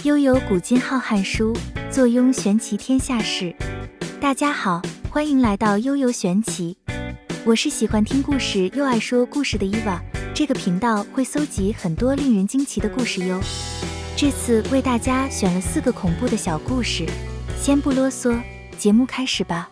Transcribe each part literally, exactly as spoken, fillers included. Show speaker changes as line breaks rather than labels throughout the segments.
悠悠古今浩瀚书，坐拥玄奇天下事。大家好，欢迎来到悠悠玄奇，我是喜欢听故事又爱说故事的伊娃。这个频道会搜集很多令人惊奇的故事哟。这次为大家选了四个恐怖的小故事，先不啰嗦，节目开始吧。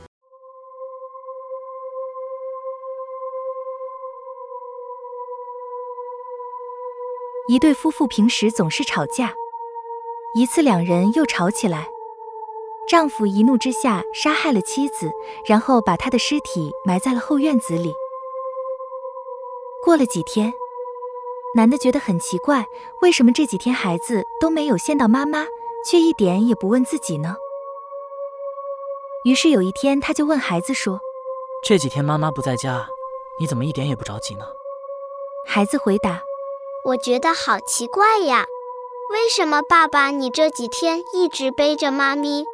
一对夫妇平时总是吵架，一次两人又吵起来，丈夫一怒之下杀害了妻子，然后把她的尸体埋在了后院子里。过了几天，男的觉得很奇怪，为什么这几天孩子都没有见到妈妈，却一点也不问自己呢？于是有一天他就问孩子说，
这几天妈妈不在家，你怎么一点也不着急呢？
孩子回答，
我觉得好奇怪呀，为什么爸爸你这几天一直背着妈咪？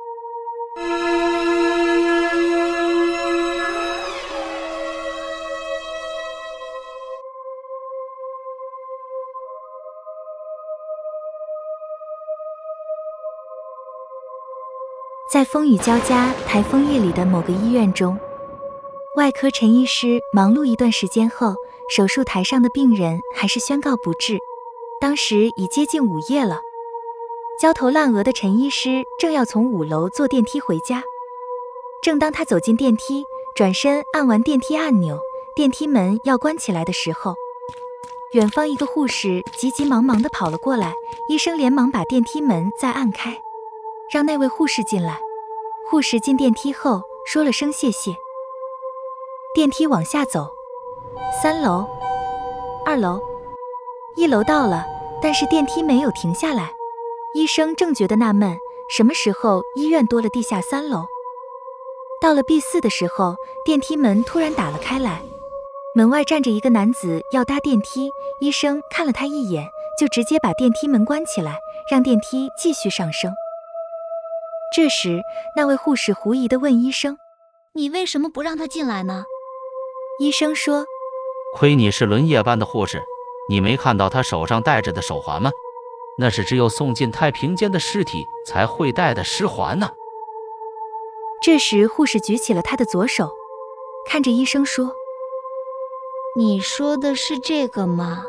在风雨交加、台风夜里的某个医院中，外科陈医师忙碌一段时间后，手术台上的病人还是宣告不治。当时已接近午夜了，焦头烂额的陈医师正要从五楼坐电梯回家。正当他走进电梯，转身按完电梯按钮，电梯门要关起来的时候，远方一个护士急急忙忙地跑了过来，医生连忙把电梯门再按开，让那位护士进来。护士进电梯后说了声谢谢。电梯往下走，三楼、二楼、一楼到了，但是电梯没有停下来。医生正觉得纳闷，什么时候医院多了地下三楼？到了 B 四的时候，电梯门突然打了开来，门外站着一个男子要搭电梯，医生看了他一眼，就直接把电梯门关起来，让电梯继续上升。这时，那位护士狐疑地问医生，
你为什么不让他进来呢？
医生说，
亏你是轮夜班的护士，你没看到他手上戴着的手环吗？那是只有送进太平间的尸体才会戴的尸环呢。
这时护士举起了他的左手，看着医生说，
你说的是这个吗？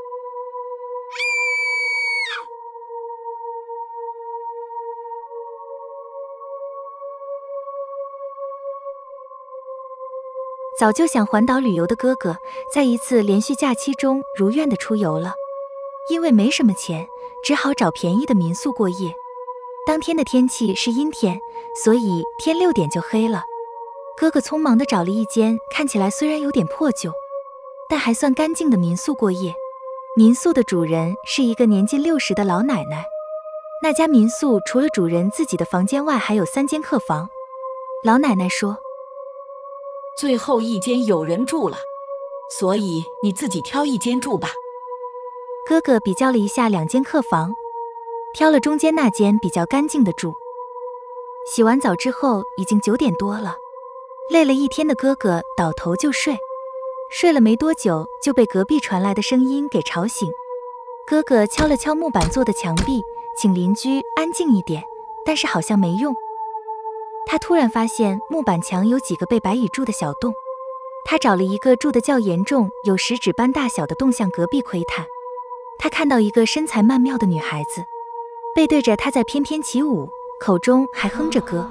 早就想环岛旅游的哥哥，在一次连续假期中如愿的出游了。因为没什么钱，只好找便宜的民宿过夜。当天的天气是阴天，所以天六点就黑了。哥哥匆忙地找了一间看起来虽然有点破旧，但还算干净的民宿过夜。民宿的主人是一个年近六十的老奶奶。那家民宿除了主人自己的房间外，还有三间客房。老奶奶说，
最后一间有人住了，所以你自己挑一间住吧。
哥哥比较了一下两间客房，挑了中间那间比较干净的住。洗完澡之后已经九点多了，累了一天的哥哥倒头就睡。睡了没多久就被隔壁传来的声音给吵醒。哥哥敲了敲木板做的墙壁，请邻居安静一点，但是好像没用。他突然发现木板墙有几个被白蚁蛀的小洞，他找了一个蛀得较严重，有食指般大小的洞向隔壁窥探。他看到一个身材曼妙的女孩子，背对着他在翩翩起舞，口中还哼着歌。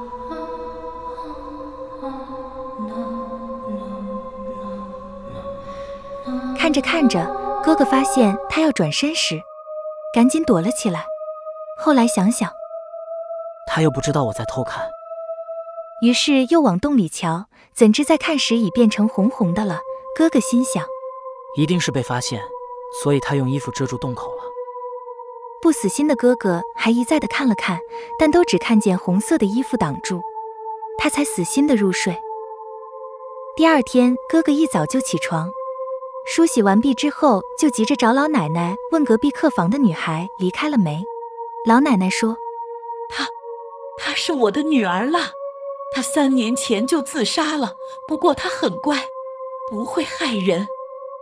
看着看着，哥哥发现他要转身时，赶紧躲了起来。后来想想，
他又不知道我在偷看，
于是又往洞里瞧，怎知再看时已变成红红的了。哥哥心想，
一定是被发现，所以他用衣服遮住洞口了。
不死心的哥哥还一再地看了看，但都只看见红色的衣服挡住，他才死心地入睡。第二天，哥哥一早就起床，梳洗完毕之后，就急着找老奶奶问隔壁客房的女孩离开了没。老奶奶说，
她她是我的女儿了，她三年前就自杀了，不过她很乖，不会害人。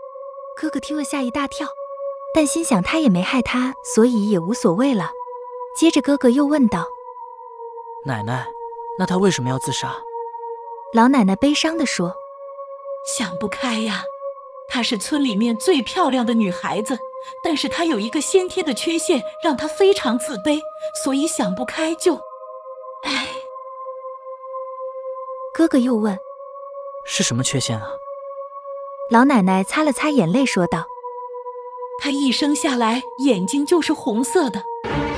哥哥听了吓一大跳，但心想他也没害他，所以也无所谓了。 接着哥哥又问道：
奶奶，那她为什么要自杀？
老奶奶悲伤地说：
想不开呀，她是村里面最漂亮的女孩子，但是她有一个先天的缺陷，让她非常自卑，所以想不开就……唉。
哥哥又问：
是什么缺陷啊？
老奶奶擦了擦眼泪说道：
她一生下来眼睛就是红色的。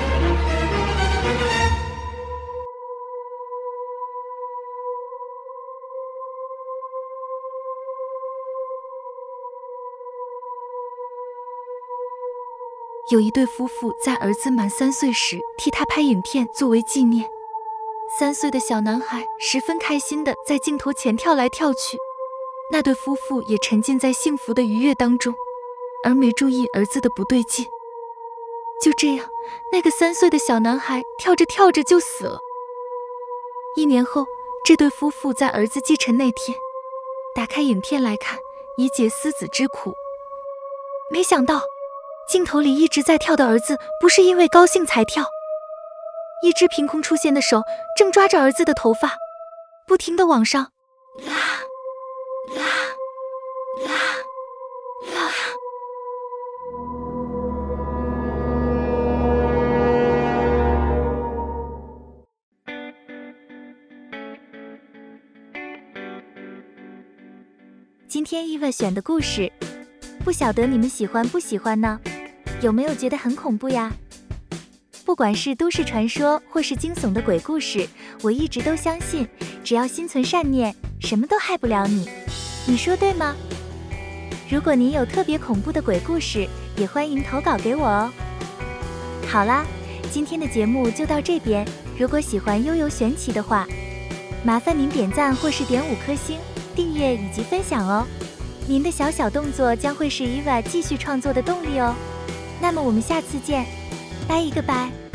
有一对夫妇在儿子满三岁时替他拍影片作为纪念。三岁的小男孩十分开心地在镜头前跳来跳去，那对夫妇也沉浸在幸福的愉悦当中，而没注意儿子的不对劲。就这样，那个三岁的小男孩跳着跳着就死了。一年后，这对夫妇在儿子继承那天打开影片来看，以解思子之苦。没想到镜头里一直在跳的儿子不是因为高兴才跳，一只凭空出现的手正抓着儿子的头发，不停地往上拉拉拉拉。今天伊娃选的故事，不晓得你们喜欢不喜欢呢？有没有觉得很恐怖呀？不管是都市传说或是惊悚的鬼故事，我一直都相信，只要心存善念，什么都害不了你。你说对吗？如果您有特别恐怖的鬼故事，也欢迎投稿给我哦。好啦，今天的节目就到这边。如果喜欢悠悠玄奇的话，麻烦您点赞或是点五颗星、订阅以及分享哦。您的小小动作将会是伊娃继续创作的动力哦。那么我们下次见，拜一个拜。